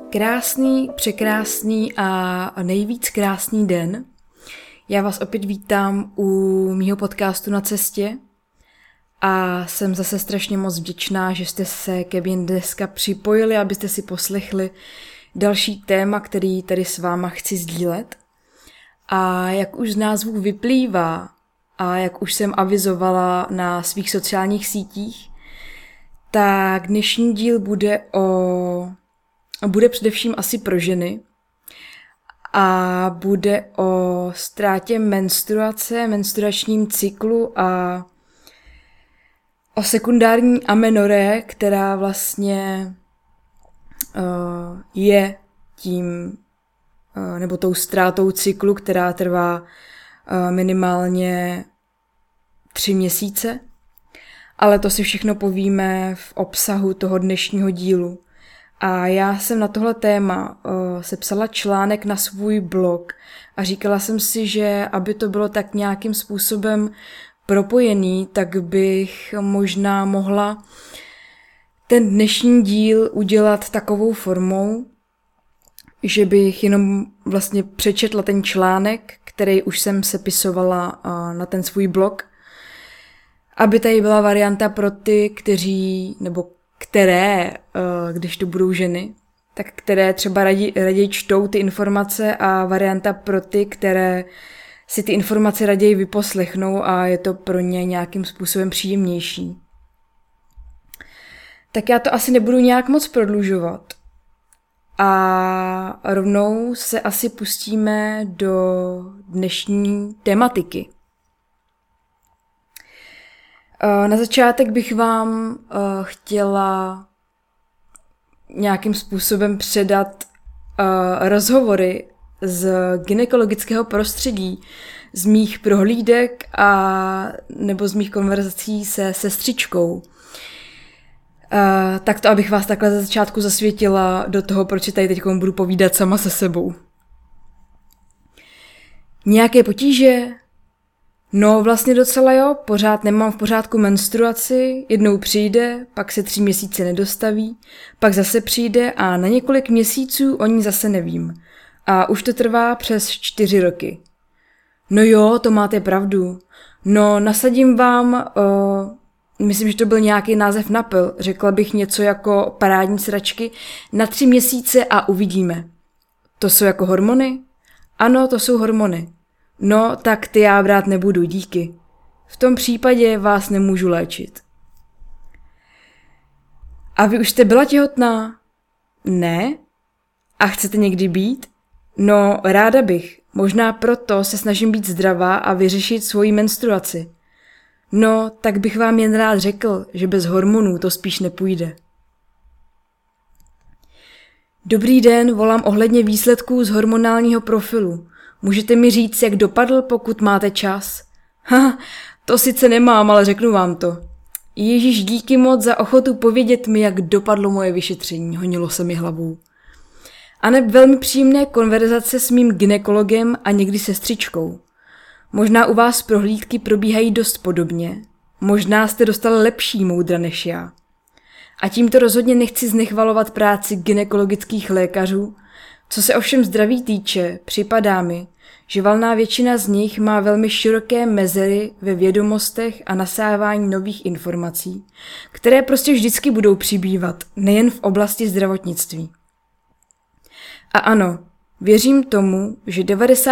Krásný, překrásný a nejvíc krásný den. Já vás opět vítám u mýho podcastu Na cestě a jsem zase strašně moc vděčná, že jste se ke mně dneska připojili, abyste si poslechli další téma, který tady s váma chci sdílet. A jak už z názvu vyplývá a jak už jsem avizovala na svých sociálních sítích, tak dnešní díl bude především asi pro ženy a bude o ztrátě menstruace, menstruačním cyklu a o sekundární amenoré, která vlastně je tím nebo tou ztrátou cyklu, která trvá minimálně 3 měsíce. Ale to si všechno povíme v obsahu toho dnešního dílu. A já jsem na tohle téma sepsala článek na svůj blog a říkala jsem si, že aby to bylo tak nějakým způsobem propojený, tak bych možná mohla ten dnešní díl udělat takovou formou, že bych jenom vlastně přečetla ten článek, který už jsem sepisovala na ten svůj blog, aby tady byla varianta pro ty, které, když to budou ženy, tak které třeba raději čtou ty informace a varianta pro ty, které si ty informace raději vyposlechnou a je to pro ně nějakým způsobem příjemnější. Tak já to asi nebudu nějak moc prodlužovat a rovnou se asi pustíme do dnešní tematiky. Na začátek bych vám chtěla nějakým způsobem předat rozhovory z gynekologického prostředí, z mých prohlídek a nebo z mých konverzací se sestřičkou. Tak to, abych vás takhle za začátku zasvětila do toho, proč si tady teď budu povídat sama se sebou. Nějaké potíže? No vlastně docela jo, pořád nemám v pořádku menstruaci, jednou přijde, pak se 3 měsíce nedostaví, pak zase přijde a na několik měsíců o ní zase nevím. A už to trvá přes 4 roky. No jo, to máte pravdu. No nasadím vám, myslím, že to byl nějaký název na pil, řekla bych něco jako parádní sračky, na 3 měsíce a uvidíme. To jsou jako hormony? Ano, to jsou hormony. No, tak ty já brát nebudu, díky. V tom případě vás nemůžu léčit. A vy už jste byla těhotná? Ne? A chcete někdy být? No, ráda bych. Možná proto se snažím být zdravá a vyřešit svoji menstruaci. No, tak bych vám jen rád řekl, že bez hormonů to spíš nepůjde. Dobrý den, volám ohledně výsledků z hormonálního profilu. Můžete mi říct, jak dopadl, pokud máte čas? To sice nemám, ale řeknu vám to. Ježíš, díky moc za ochotu povědět mi, jak dopadlo moje vyšetření, honilo se mi hlavou. A neb velmi příjemné konverzace s mým gynekologem a někdy sestřičkou. Možná u vás prohlídky probíhají dost podobně. Možná jste dostali lepší moudra než já. A tímto rozhodně nechci znechvalovat práci gynekologických lékařů. Co se ovšem zdraví týče, připadá mi, že valná většina z nich má velmi široké mezery ve vědomostech a nasávání nových informací, které prostě vždycky budou přibývat, nejen v oblasti zdravotnictví. A ano, věřím tomu, že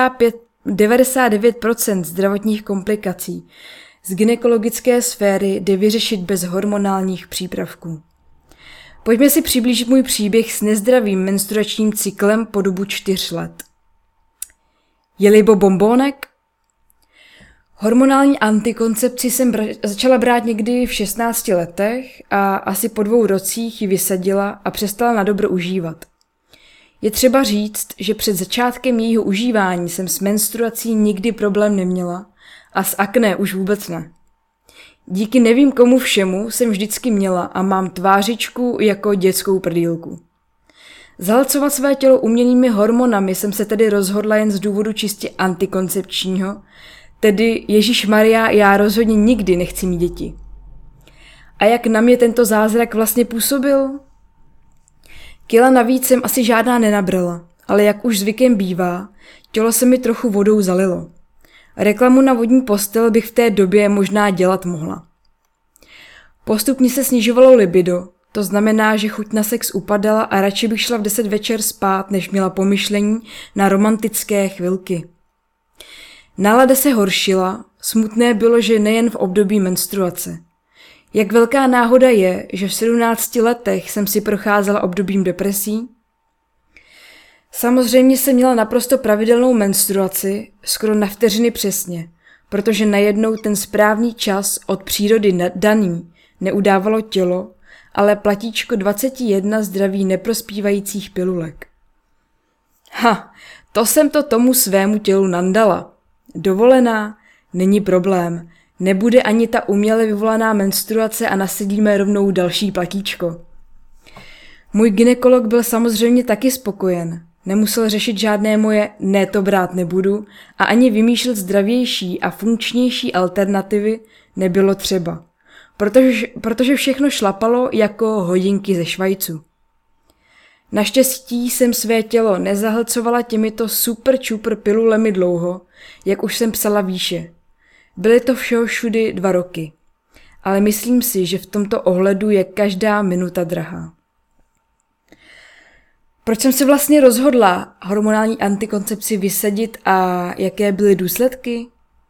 99% zdravotních komplikací z gynekologické sféry jde vyřešit bez hormonálních přípravků. Pojďme si přiblížit můj příběh s nezdravým menstruačním cyklem po dobu 4 let. Je libo bombónek? Hormonální antikoncepci jsem začala brát někdy v 16 letech a asi po 2 rocích ji vysadila a přestala nadobro užívat. Je třeba říct, že před začátkem jejího užívání jsem s menstruací nikdy problém neměla a s akné už vůbec ne. Díky nevím komu všemu jsem vždycky měla a mám tvářičku jako dětskou prdýlku. Zahlcovat své tělo umělými hormonami jsem se tedy rozhodla jen z důvodu čistě antikoncepčního, tedy Ježišmarja, já rozhodně nikdy nechci mít děti. A jak na mě tento zázrak vlastně působil? Kila navíc jsem asi žádná nenabrala, ale jak už zvykem bývá, tělo se mi trochu vodou zalilo. Reklamu na vodní postel bych v té době možná dělat mohla. Postupně se snižovalo libido, to znamená, že chuť na sex upadala a radši bych šla v 10 večer spát, než měla pomyšlení na romantické chvilky. Nálada se horšila, smutné bylo, že nejen v období menstruace. Jak velká náhoda je, že v 17 letech jsem si procházela obdobím depresí? Samozřejmě jsem měla naprosto pravidelnou menstruaci, skoro na vteřiny přesně, protože najednou ten správný čas od přírody daný neudávalo tělo, ale platíčko 21 zdraví neprospívajících pilulek. To jsem to tomu svému tělu nandala. Dovolená? Není problém. Nebude ani ta uměle vyvolaná menstruace a nasadíme rovnou další platíčko. Můj gynekolog byl samozřejmě taky spokojen. Nemusel řešit žádné moje ne to brát nebudu a ani vymýšlet zdravější a funkčnější alternativy nebylo třeba. Protože všechno šlapalo jako hodinky ze Švajcu. Naštěstí jsem své tělo nezahlcovala těmito super čupr pilulemi dlouho, jak už jsem psala výše. Byly to všeho všudy 2 roky. Ale myslím si, že v tomto ohledu je každá minuta drahá. Proč jsem se vlastně rozhodla hormonální antikoncepci vysadit a jaké byly důsledky?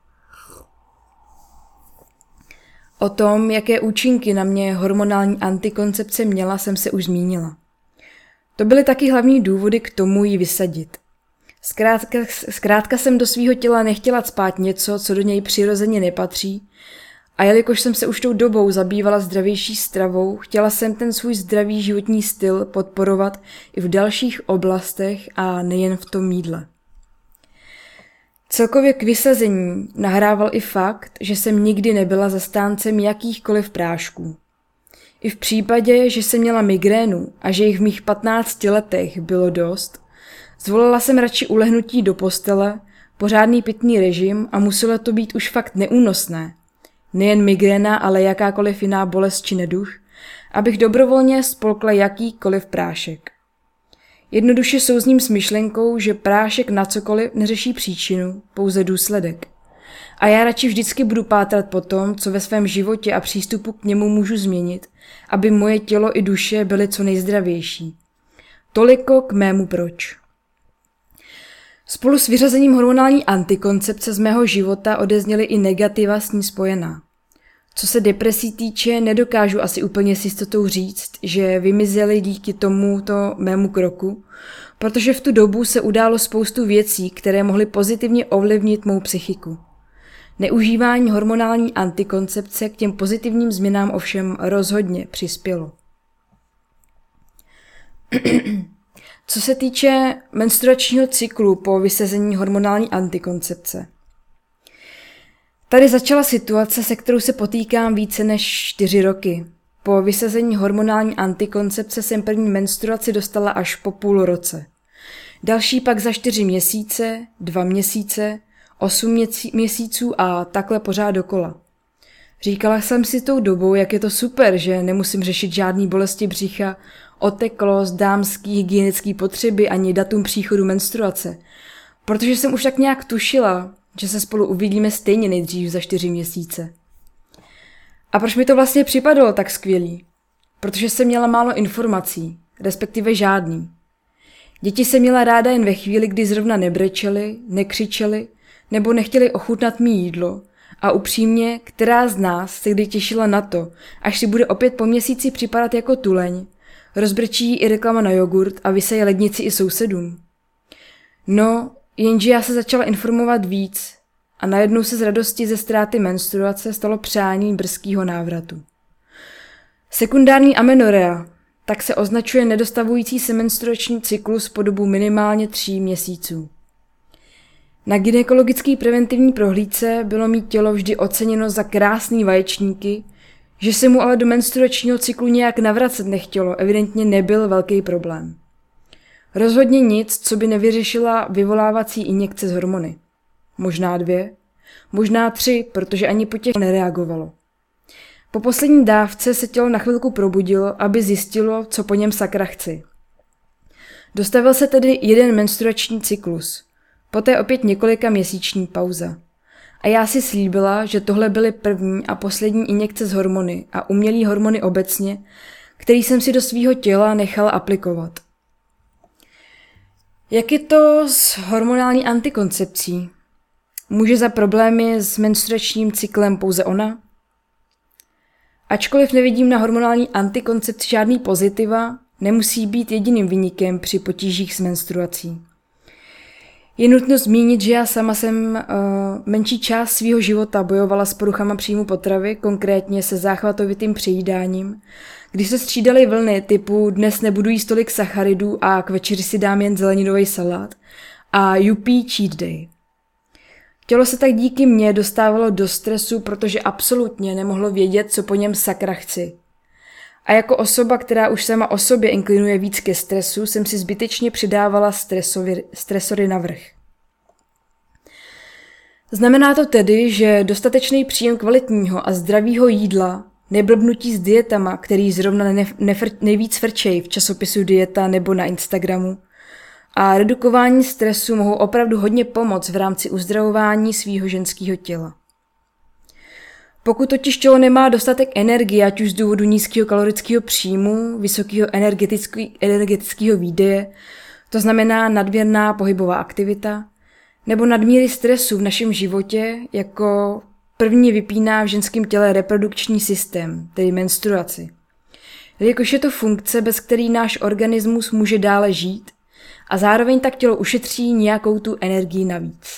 O tom, jaké účinky na mě hormonální antikoncepce měla, jsem se už zmínila. To byly taky hlavní důvody k tomu ji vysadit. Zkrátka jsem do svýho těla nechtěla cpát něco, co do něj přirozeně nepatří, a jelikož jsem se už tou dobou zabývala zdravější stravou, chtěla jsem ten svůj zdravý životní styl podporovat i v dalších oblastech a nejen v tom jídle. Celkově k vysazení nahrával i fakt, že jsem nikdy nebyla zastáncem jakýchkoliv prášků. I v případě, že jsem měla migrénu a že jich v mých 15 letech bylo dost, zvolila jsem radši ulehnutí do postele, pořádný pitný režim a muselo to být už fakt neúnosné. Nejen migréna, ale jakákoliv jiná bolest či neduch, abych dobrovolně spolkla jakýkoliv prášek. Jednoduše souzním s myšlenkou, že prášek na cokoliv neřeší příčinu, pouze důsledek. A já radši vždycky budu pátrat po tom, co ve svém životě a přístupu k němu můžu změnit, aby moje tělo i duše byly co nejzdravější. Toliko k mému proč. Spolu s vyřazením hormonální antikoncepce z mého života odezněly i negativa s ní spojená. Co se depresí týče, nedokážu asi úplně s jistotou říct, že vymizely díky tomuto mému kroku, protože v tu dobu se událo spoustu věcí, které mohly pozitivně ovlivnit mou psychiku. Neužívání hormonální antikoncepce k těm pozitivním změnám ovšem rozhodně přispělo. Co se týče menstruačního cyklu po vysazení hormonální antikoncepce. Tady začala situace, se kterou se potýkám více než 4 roky. Po vysazení hormonální antikoncepce jsem první menstruaci dostala až po půl roce. Další pak za 4 měsíce, 2 měsíce, 8 měsíců a takhle pořád dokola. Říkala jsem si tou dobou, jak je to super, že nemusím řešit žádný bolesti břicha, oteklost, dámský hygienický potřeby ani datum příchodu menstruace. Protože jsem už tak nějak tušila, že se spolu uvidíme stejně nejdřív za 4 měsíce. A proč mi to vlastně připadalo tak skvělý? Protože jsem měla málo informací, respektive žádný. Děti jsem měla ráda jen ve chvíli, kdy zrovna nebrečely, nekřičely nebo nechtěli ochutnat mý jídlo. A upřímně, která z nás se kdy těšila na to, až si bude opět po měsíci připadat jako tuleň, rozbrečí i reklama na jogurt a vyseje lednici i sousedům. No, jenže já se začala informovat víc a najednou se z radosti ze ztráty menstruace stalo přání brzkého návratu. Sekundární amenorrea, tak se označuje nedostavující se menstruační cyklus po dobu minimálně 3 měsíců. Na gynekologické preventivní prohlídce bylo mít tělo vždy oceněno za krásný vaječníky, že se mu ale do menstruačního cyklu nějak navracet nechtělo, evidentně nebyl velký problém. Rozhodně nic, co by nevyřešila vyvolávací injekce z hormony. Možná 2, možná 3, protože ani po těch nereagovalo. Po poslední dávce se tělo na chvilku probudilo, aby zjistilo, co po něm sakra chci. Dostavil se tedy jeden menstruační cyklus, poté opět několika měsíční pauza. A já si slíbila, že tohle byly první a poslední injekce z hormony a umělý hormony obecně, který jsem si do svýho těla nechala aplikovat. Jak je to s hormonální antikoncepcí? Může za problémy s menstruačním cyklem pouze ona? Ačkoliv nevidím na hormonální antikoncepci žádný pozitiva, nemusí být jediným viníkem při potížích s menstruací. Je nutno zmínit, že já sama jsem menší část svého života bojovala s poruchama příjmu potravy, konkrétně se záchvatovitým přejídáním, kdy se střídaly vlny typu dnes nebudu jíst tolik sacharidů a k večeři si dám jen zeleninový salát a yuppie cheat day. Tělo se tak díky mně dostávalo do stresu, protože absolutně nemohlo vědět, co po něm sakra chci. A jako osoba, která už sama o sobě inklinuje víc ke stresu, jsem si zbytečně přidávala stresory navrch. Znamená to tedy, že dostatečný příjem kvalitního a zdravého jídla, neblbnutí s dietama, který zrovna nejvíc frčej v časopisu Dieta nebo na Instagramu, a redukování stresu mohou opravdu hodně pomoct v rámci uzdravování svého ženského těla. Pokud totiž tělo nemá dostatek energie, ať už z důvodu nízkého kalorického příjmu, vysokého energetického výdeje, to znamená nadměrná pohybová aktivita, nebo nadmíry stresu v našem životě, jako první vypíná v ženském těle reprodukční systém, tedy menstruaci. Jelikož je to funkce, bez který náš organismus může dále žít a zároveň tak tělo ušetří nějakou tu energii navíc.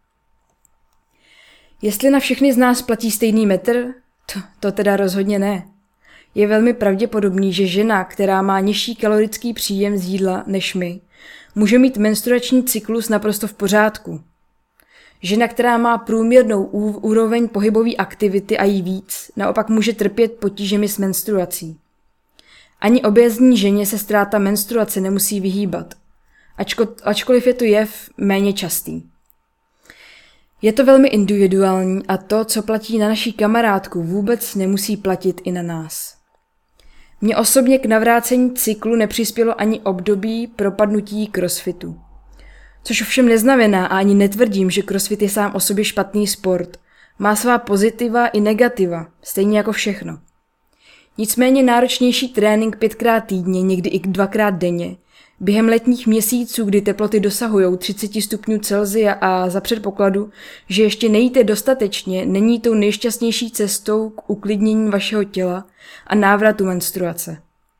Jestli na všechny z nás platí stejný metr, to teda rozhodně ne. Je velmi pravděpodobný, že žena, která má nižší kalorický příjem z jídla než my, může mít menstruační cyklus naprosto v pořádku. Žena, která má průměrnou úroveň pohybové aktivity a jí víc, naopak může trpět potížemi s menstruací. Ani obézní ženě se ztráta menstruace nemusí vyhýbat, ačkoliv je to jev méně častý. Je to velmi individuální a to, co platí na naší kamarádku, vůbec nemusí platit i na nás. Mně osobně k navrácení cyklu nepřispělo ani období propadnutí crossfitu. Což ovšem neznamená a ani netvrdím, že crossfit je sám o sobě špatný sport. Má svá pozitiva i negativa, stejně jako všechno. Nicméně náročnější trénink 5krát týdně, někdy i 2krát denně, během letních měsíců, kdy teploty dosahují 30 stupňů Celsia a za předpokladu, že ještě nejíte dostatečně, není tou nejšťastnější cestou k uklidnění vašeho těla a návratu menstruace.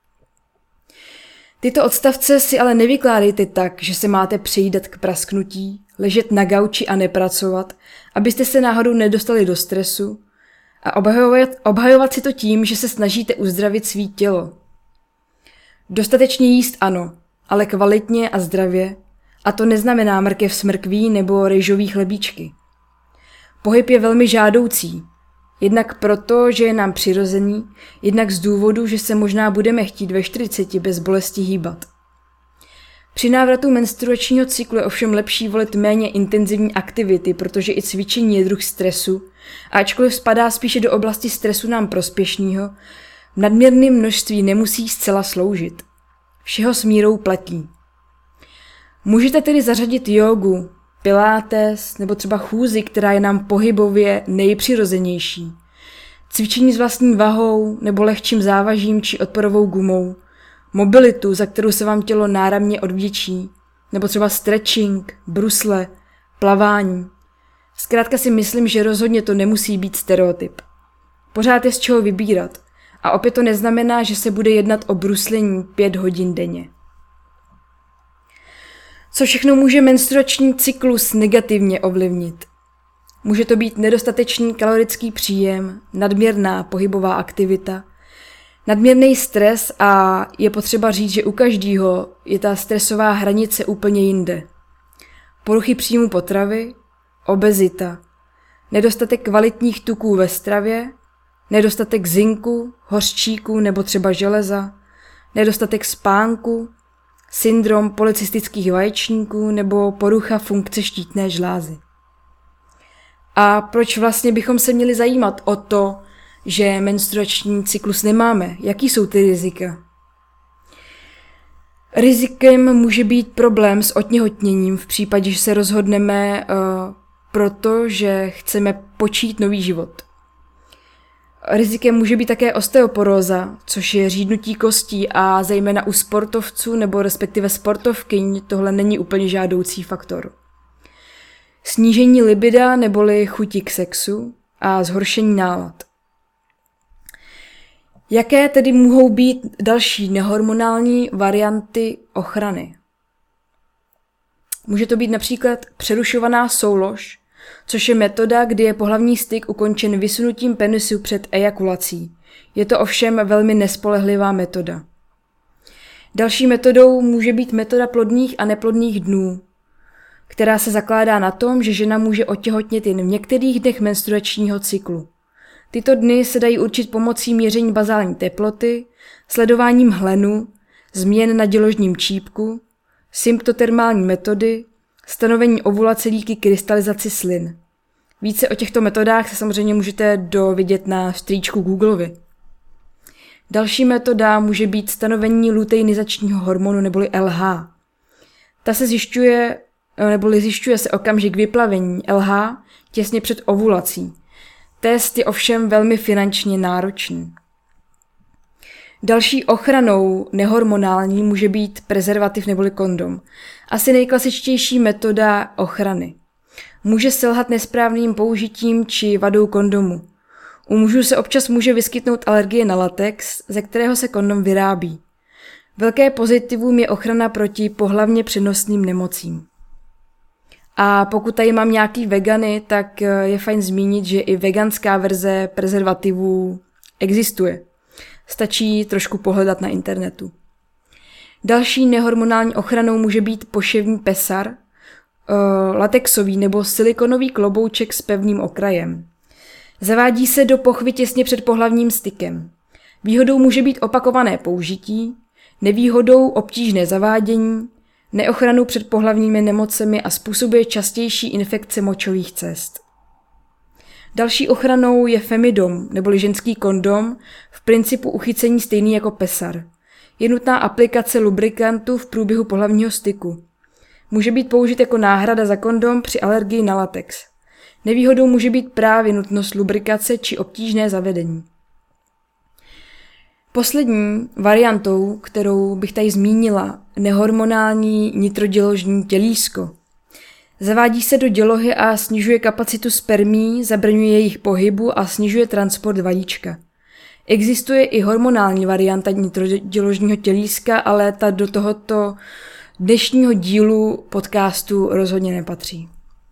Tyto odstavce si ale nevykládejte tak, že se máte přejídat k prasknutí, ležet na gauči a nepracovat, abyste se náhodou nedostali do stresu a obhajovat si to tím, že se snažíte uzdravit svý tělo. Dostatečně jíst ano, ale kvalitně a zdravě, a to neznamená mrkev s mrkví nebo rejžový chlebíčky. Pohyb je velmi žádoucí, jednak proto, že je nám přirozený, jednak z důvodu, že se možná budeme chtít ve 40 bez bolesti hýbat. Při návratu menstruačního cyklu je ovšem lepší volit méně intenzivní aktivity, protože i cvičení je druh stresu, a ačkoliv spadá spíše do oblasti stresu nám prospěšného, v nadměrném množství nemusí zcela sloužit. Všeho s mírou platí. Můžete tedy zařadit jógu, pilates nebo třeba chůzi, která je nám pohybově nejpřirozenější. Cvičení s vlastní vahou nebo lehčím závažím či odporovou gumou. Mobilitu, za kterou se vám tělo náramně odvděčí. Nebo třeba stretching, brusle, plavání. Zkrátka si myslím, že rozhodně to nemusí být stereotyp. Pořád je z čeho vybírat. A opět to neznamená, že se bude jednat o bruslení 5 hodin denně. Co všechno může menstruační cyklus negativně ovlivnit? Může to být nedostatečný kalorický příjem, nadměrná pohybová aktivita, nadměrný stres a je potřeba říct, že u každého je ta stresová hranice úplně jinde. Poruchy příjmu potravy, obezita, nedostatek kvalitních tuků ve stravě, nedostatek zinku, hořčíku nebo třeba železa, nedostatek spánku, syndrom polycystických vaječníků nebo porucha funkce štítné žlázy. A proč vlastně bychom se měli zajímat o to, že menstruační cyklus nemáme? Jaký jsou ty rizika? Rizikem může být problém s otěhotněním v případě, že se rozhodneme protože chceme počít nový život. Rizikem může být také osteoporóza, což je řídnutí kostí a zejména u sportovců nebo respektive sportovkyň tohle není úplně žádoucí faktor. Snížení libida neboli chuti k sexu a zhoršení nálad. Jaké tedy mohou být další nehormonální varianty ochrany? Může to být například přerušovaná soulož, což je metoda, kdy je pohlavní styk ukončen vysunutím penisu před ejakulací. Je to ovšem velmi nespolehlivá metoda. Další metodou může být metoda plodných a neplodných dnů, která se zakládá na tom, že žena může otěhotnět jen v některých dnech menstruačního cyklu. Tyto dny se dají určit pomocí měření bazální teploty, sledováním hlenu, změn na děložním čípku, symptotermální metody, stanovení ovulace díky krystalizaci slin. Více o těchto metodách se samozřejmě můžete dovědět na strýčku Googlovi. Další metoda může být stanovení luteinizačního hormonu neboli LH. Ta se zjišťuje se okamžik vyplavení LH těsně před ovulací. Test je ovšem velmi finančně náročný. Další ochranou nehormonální může být prezervativ neboli kondom. Asi nejklasičtější metoda ochrany. Může selhat nesprávným použitím či vadou kondomu. U mužů se občas může vyskytnout alergie na latex, ze kterého se kondom vyrábí. Velké pozitivum je ochrana proti pohlavně přenosným nemocím. A pokud tady mám nějaký vegany, tak je fajn zmínit, že i veganská verze prezervativů existuje. Stačí trošku pohledat na internetu. Další nehormonální ochranou může být poševní pesar, latexový nebo silikonový klobouček s pevným okrajem. Zavádí se do pochvy těsně před pohlavním stykem. Výhodou může být opakované použití, nevýhodou obtížné zavádění, neochranu před pohlavními nemocemi a způsobuje častější infekce močových cest. Další ochranou je femidom, neboli ženský kondom, v principu uchycení stejný jako pesar. Je nutná aplikace lubrikantu v průběhu pohlavního styku. Může být použit jako náhrada za kondom při alergii na latex. Nevýhodou může být právě nutnost lubrikace či obtížné zavedení. Poslední variantou, kterou bych tady zmínila, nehormonální nitroděložní tělísko. Zavádí se do dělohy a snižuje kapacitu spermií, zabraňuje jejich pohybu a snižuje transport vajíčka. Existuje i hormonální varianta nitroděložního tělíska, ale ta do tohoto dnešního dílu podcastu rozhodně nepatří.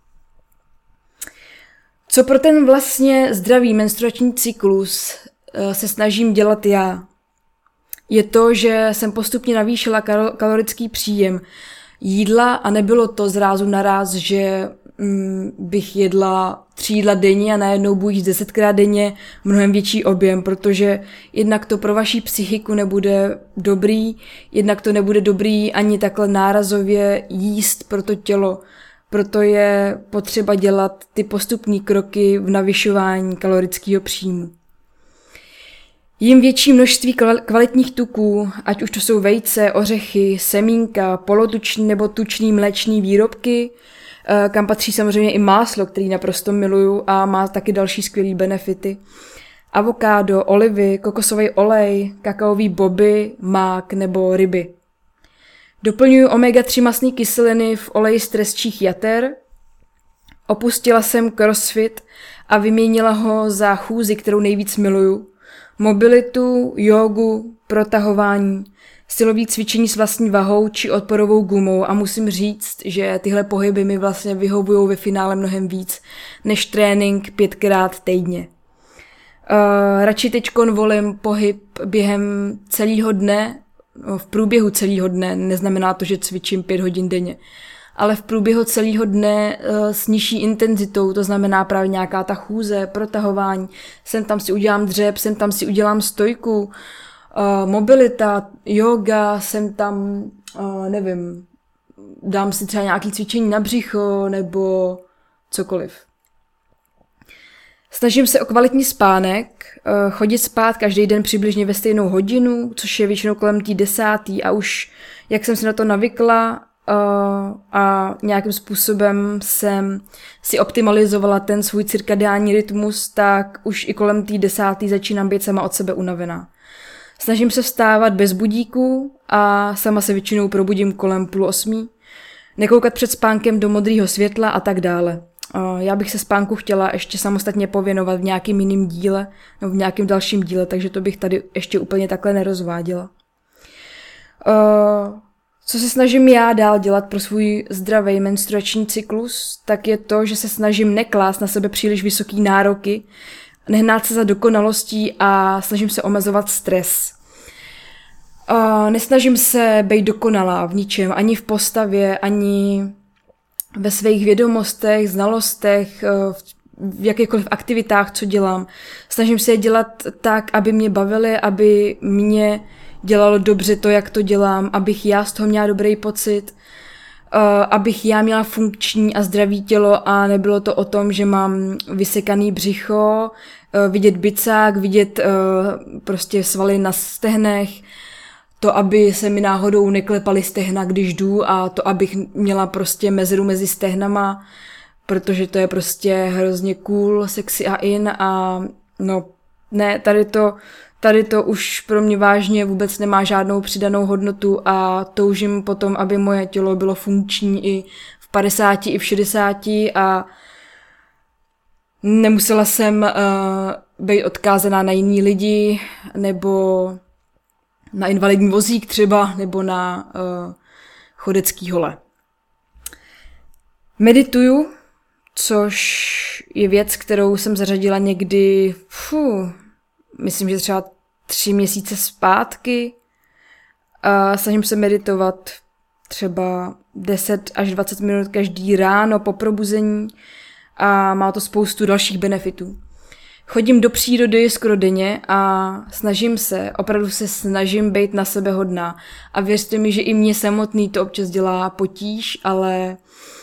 Co pro ten vlastně zdravý menstruační cyklus se snažím dělat já? Je to, že jsem postupně navýšila kalorický příjem jídla a nebylo to zrázu naráz, že bych jedla 3 jídla denně a najednou budu jíst 10krát denně mnohem větší objem, protože jednak to pro vaši psychiku nebude dobrý, jednak to nebude dobrý ani takhle nárazově jíst pro to tělo. Proto je potřeba dělat ty postupné kroky v navyšování kalorického příjmu. Jím větší množství kvalitních tuků, ať už to jsou vejce, ořechy, semínka, polotučný nebo tučný mléčný výrobky, kam patří samozřejmě i máslo, který naprosto miluju a má taky další skvělý benefity. Avokádo, olivy, kokosový olej, kakaový boby, mák nebo ryby. Doplňuji omega-3 mastné kyseliny v oleji z trestčích jater. Opustila jsem crossfit a vyměnila ho za chůzi, kterou nejvíc miluju. Mobilitu, jógu, protahování, silový cvičení s vlastní vahou či odporovou gumou a musím říct, že tyhle pohyby mi vlastně vyhovují ve finále mnohem víc než trénink 5krát týdně. Radši teďkon volím pohyb během celého dne, v průběhu celého dne, neznamená to, že cvičím 5 hodin denně, ale v průběhu celého dne s nižší intenzitou, to znamená právě nějaká ta chůze, protahování, sem tam si udělám dřep, sem tam si udělám stojku, mobilita, yoga, sem tam, nevím, dám si třeba nějaké cvičení na břicho nebo cokoliv. Snažím se o kvalitní spánek, chodit spát každý den přibližně ve stejnou hodinu, což je většinou kolem 10. a už jak jsem se na to navykla a nějakým způsobem jsem si optimalizovala ten svůj cirkadiální rytmus, tak už i kolem 10. začínám být sama od sebe unavená. Snažím se vstávat bez budíku a sama se většinou probudím kolem 7:30, nekoukat před spánkem do modrého světla a tak dále. Já bych se spánku chtěla ještě samostatně pověnovat v nějakém jiném díle nebo v nějakém dalším díle, takže to bych tady ještě úplně takhle nerozváděla. Co se snažím já dál dělat pro svůj zdravý menstruační cyklus, tak je to, že se snažím neklást na sebe příliš vysoký nároky, nehnát se za dokonalostí a snažím se omezovat stres. Nesnažím se být dokonalá v ničem, ani v postavě, ani ve svých vědomostech, znalostech, v jakýchkoliv aktivitách, co dělám. Snažím se je dělat tak, aby mě bavily, aby mě dělalo dobře to, jak to dělám, abych já z toho měla dobrý pocit, abych já měla funkční a zdravý tělo a nebylo to o tom, že mám vysekaný břicho, vidět bicák, vidět prostě svaly na stehnech, to, aby se mi náhodou neklepaly stehna, když jdu a to, abych měla prostě mezeru mezi stehnama, protože to je prostě hrozně cool, sexy a in a no ne, tady to už pro mě vážně vůbec nemá žádnou přidanou hodnotu a toužím potom, aby moje tělo bylo funkční i v 50, i v 60 a nemusela jsem být odkázaná na jiný lidi nebo na invalidní vozík třeba, nebo na chodecký hole. Medituju, což je věc, kterou jsem zařadila někdy, myslím, že třeba 3 měsíce zpátky. Snažím se meditovat třeba 10 až 20 minut každý ráno po probuzení a má to spoustu dalších benefitů. Chodím do přírody skoro denně a opravdu se snažím být na sebe hodná. A věřte mi, že i mě samotný to občas dělá potíž, ale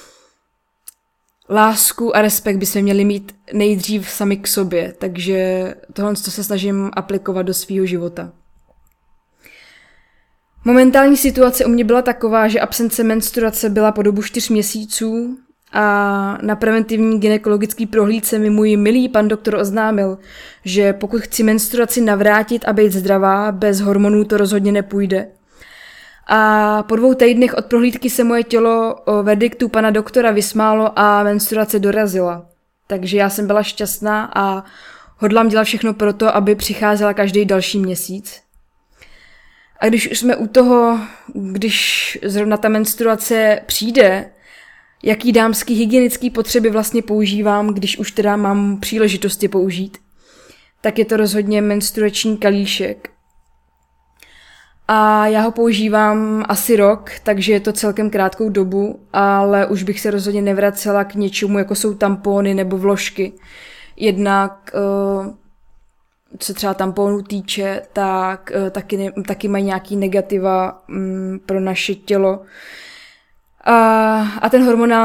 lásku a respekt by se měli mít nejdřív sami k sobě, takže tohle se snažím aplikovat do svého života. Momentální situace u mě byla taková, že absence menstruace byla po dobu 4 měsíců, a na preventivní gynekologické prohlídce mi můj milý pan doktor oznámil, že pokud chci menstruaci navrátit a být zdravá, bez hormonů to rozhodně nepůjde. A po 2 týdnech od prohlídky se moje tělo o verdiktu pana doktora vysmálo a menstruace dorazila. Takže já jsem byla šťastná a hodlám dělat všechno pro to, aby přicházela každý další měsíc. A když už jsme u toho, když zrovna ta menstruace přijde, jaký dámský hygienický potřeby vlastně používám, když už teda mám příležitost je použít, tak je to rozhodně menstruační kalíšek. A já ho používám asi rok, takže je to celkem krátkou dobu, ale už bych se rozhodně nevracela k něčemu, jako jsou tampony nebo vložky. Jednak, co třeba tamponů týče, tak taky mají nějaký negativa pro naše tělo. A ten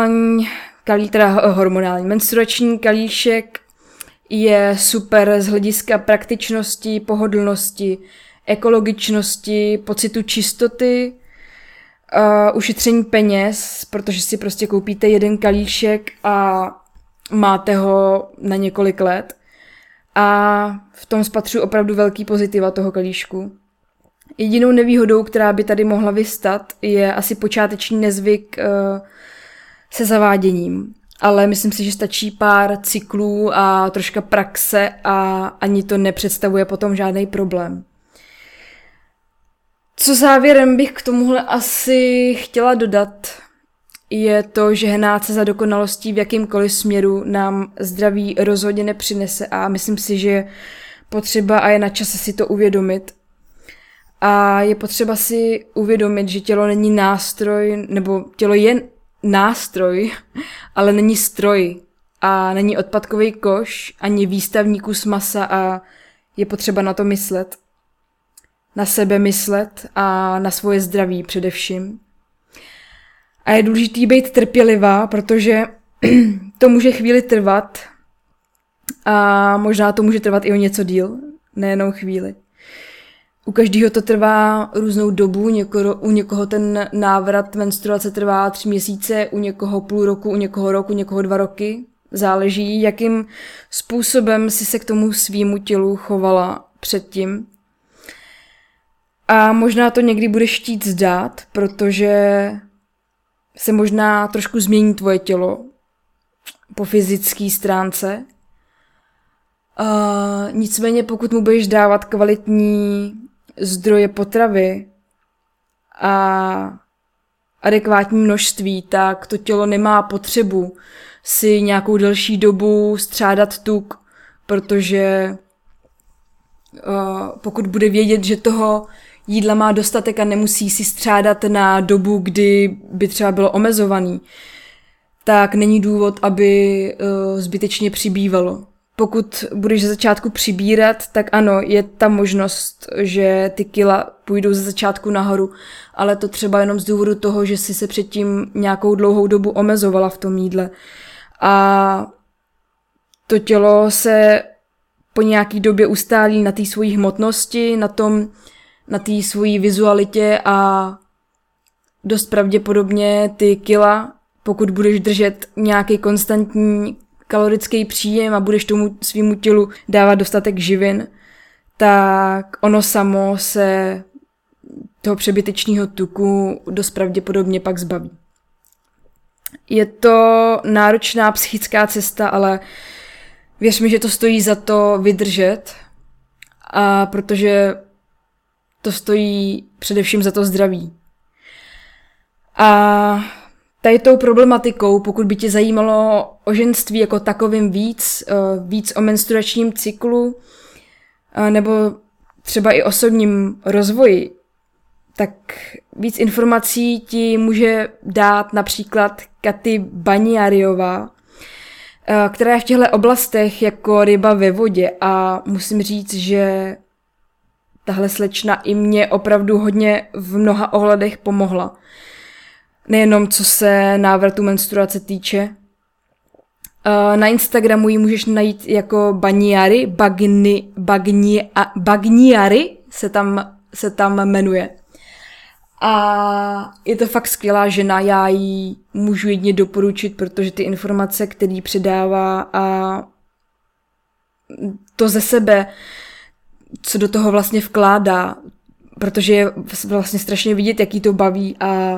menstruační kalíšek je super z hlediska praktičnosti, pohodlnosti, ekologičnosti, pocitu čistoty, ušetření peněz, protože si prostě koupíte jeden kalíšek a máte ho na několik let. A v tom spatřuji opravdu velký pozitiva toho kalíšku. Jedinou nevýhodou, která by tady mohla vystat, je asi počáteční nezvyk se zaváděním. Ale myslím si, že stačí pár cyklů a troška praxe a ani to nepředstavuje potom žádný problém. Co závěrem bych k tomuhle asi chtěla dodat, je to, že hnát se za dokonalostí v jakýmkoliv směru nám zdraví rozhodně nepřinese a myslím si, že potřeba a je na čase si to uvědomit. A je potřeba si uvědomit, že tělo není nástroj, nebo tělo je nástroj, ale není stroj a není odpadkový koš, ani výstavní kus masa a je potřeba na to myslet. Na sebe myslet a na svoje zdraví především. A je důležitý být trpělivá, protože to může chvíli trvat A možná to může trvat i o něco díl, nejenom chvíli. U každého to trvá různou dobu, u někoho ten návrat menstruace trvá 3 měsíce, u někoho půl roku, u někoho 2 roky. Záleží, jakým způsobem si se k tomu svýmu tělu chovala předtím. A možná to někdy budeš chtít zdát, protože se možná trošku změní tvoje tělo po fyzické stránce. Nicméně pokud mu budeš dávat kvalitní zdroje potravy a adekvátní množství, tak to tělo nemá potřebu si nějakou delší dobu střádat tuk, protože pokud bude vědět, že toho jídla má dostatek a nemusí si střádat na dobu, kdy by třeba bylo omezovaný, tak není důvod, aby zbytečně přibývalo. Pokud budeš ze začátku přibírat, tak ano, je ta možnost, že ty kila půjdou ze začátku nahoru, ale to třeba jenom z důvodu toho, že jsi se předtím nějakou dlouhou dobu omezovala v tom jídle. A to tělo se po nějaký době ustálí na té svojí hmotnosti, na té svojí vizualitě a dost pravděpodobně ty kila, pokud budeš držet nějaký konstantní kalorický příjem a budeš tomu svýmu tělu dávat dostatek živin, tak ono samo se toho přebytečného tuku dost pravděpodobně pak zbaví. Je to náročná psychická cesta, ale věř mi, že to stojí za to vydržet, a protože to stojí především za to zdraví. A tady tou problematikou, pokud by tě zajímalo o ženství jako takovým víc o menstruačním cyklu nebo třeba i osobním rozvoji, tak víc informací ti může dát například Katy Baniariová, která je v těchto oblastech jako ryba ve vodě a musím říct, že tahle slečna i mě opravdu hodně v mnoha ohledech pomohla. Nejenom co se návratu menstruace týče. Na Instagramu ji můžeš najít jako Baniari, Bagniari se tam jmenuje. A je to fakt skvělá žena, já ji můžu jedině doporučit, protože ty informace, které předává a to ze sebe, co do toho vlastně vkládá, protože je vlastně strašně vidět, jaký to baví a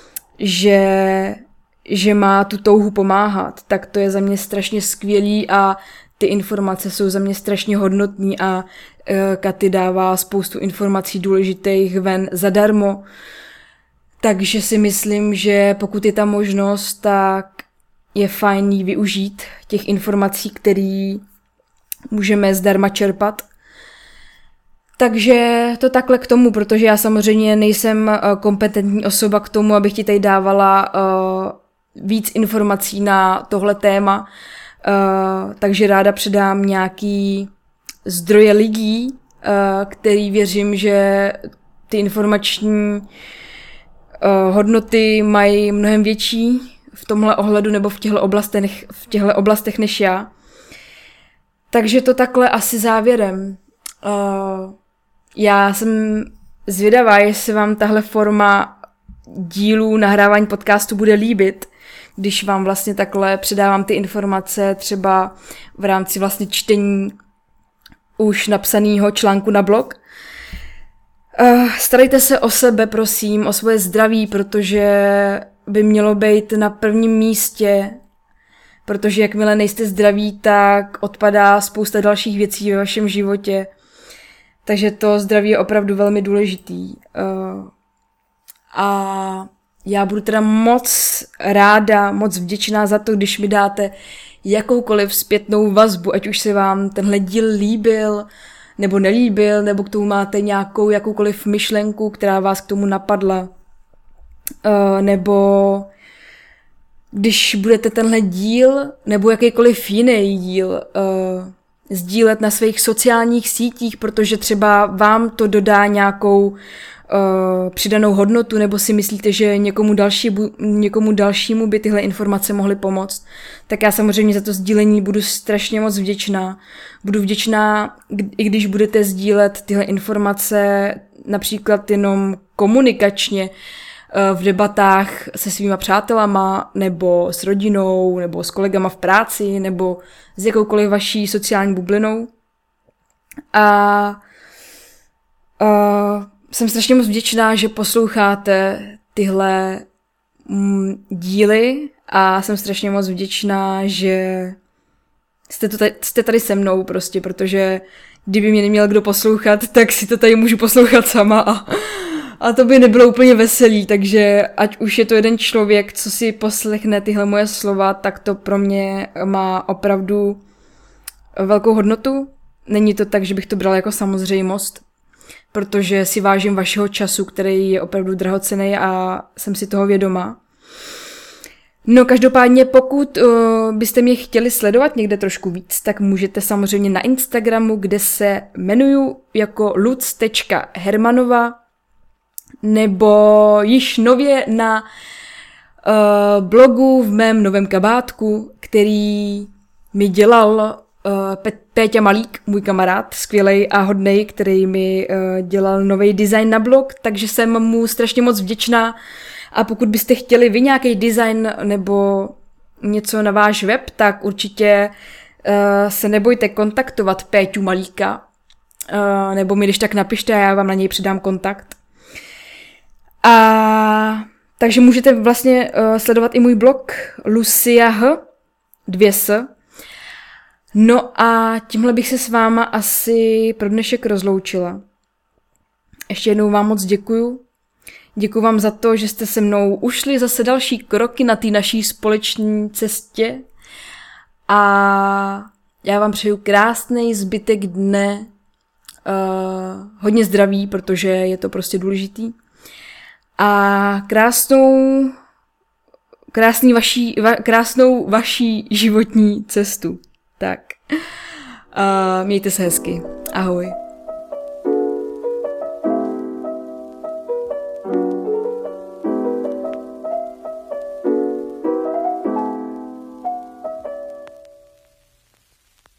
že má tu touhu pomáhat, tak to je za mě strašně skvělý a ty informace jsou za mě strašně hodnotný a Katy dává spoustu informací důležitých ven zadarmo. Takže si myslím, že pokud je ta možnost, tak je fajn jí využít těch informací, které můžeme zdarma čerpat. Takže to takhle k tomu, protože já samozřejmě nejsem kompetentní osoba k tomu, abych ti tady dávala víc informací na tohle téma, takže ráda předám nějaký zdroje lidí, který věřím, že ty informační hodnoty mají mnohem větší v tomhle ohledu nebo v těchto oblastech než já. Takže to takhle asi závěrem. Já jsem zvědavá, jestli vám tahle forma dílů nahrávání podcastu bude líbit, když vám vlastně takhle předávám ty informace třeba v rámci vlastně čtení už napsaného článku na blog. Starejte se o sebe, prosím, o svoje zdraví, protože by mělo být na prvním místě, protože jakmile nejste zdraví, tak odpadá spousta dalších věcí ve vašem životě. Takže to zdraví je opravdu velmi důležitý. A já budu teda moc ráda, moc vděčná za to, když mi dáte jakoukoliv zpětnou vazbu, ať už se vám tenhle díl líbil, nebo nelíbil, nebo k tomu máte jakoukoliv myšlenku, která vás k tomu napadla. Nebo když budete tenhle díl, nebo jakýkoliv jiný díl sdílet na svých sociálních sítích, protože třeba vám to dodá nějakou přidanou hodnotu, nebo si myslíte, že někomu dalšímu by tyhle informace mohly pomoct, tak já samozřejmě za to sdílení budu strašně moc vděčná. Budu vděčná, i když budete sdílet tyhle informace například jenom komunikačně, v debatách se svýma přátelama, nebo s rodinou, nebo s kolegama v práci, nebo s jakoukoliv vaší sociální bublinou. A jsem strašně moc vděčná, že posloucháte tyhle díly a jsem strašně moc vděčná, že jste tady se mnou prostě, protože kdyby mě neměl kdo poslouchat, tak si to tady můžu poslouchat sama a to by nebylo úplně veselý, takže ať už je to jeden člověk, co si poslechne tyhle moje slova, tak to pro mě má opravdu velkou hodnotu. Není to tak, že bych to brala jako samozřejmost, protože si vážím vašeho času, který je opravdu drahocenný a jsem si toho vědomá. No každopádně, pokud byste mě chtěli sledovat někde trošku víc, tak můžete samozřejmě na Instagramu, kde se jmenuju jako lutz.hermanova, nebo již nově na blogu v mém novém kabátku, který mi dělal Péťa Malík, můj kamarád, skvělej a hodnej, který mi dělal nový design na blog, takže jsem mu strašně moc vděčná. A pokud byste chtěli vy nějaký design nebo něco na váš web, tak určitě se nebojte kontaktovat Péťu Malíka, nebo mi když tak napište a já vám na něj přidám kontakt. A takže můžete vlastně sledovat i můj blog Luciah 2s. No a tímhle bych se s váma asi pro dnešek rozloučila. Ještě jednou vám moc děkuju. Děkuju vám za to, že jste se mnou ušli zase další kroky na té naší společné cestě. A já vám přeju krásný zbytek dne, hodně zdraví, protože je to prostě důležitý. A krásnou vaší životní cestu. Tak, mějte se hezky. Ahoj.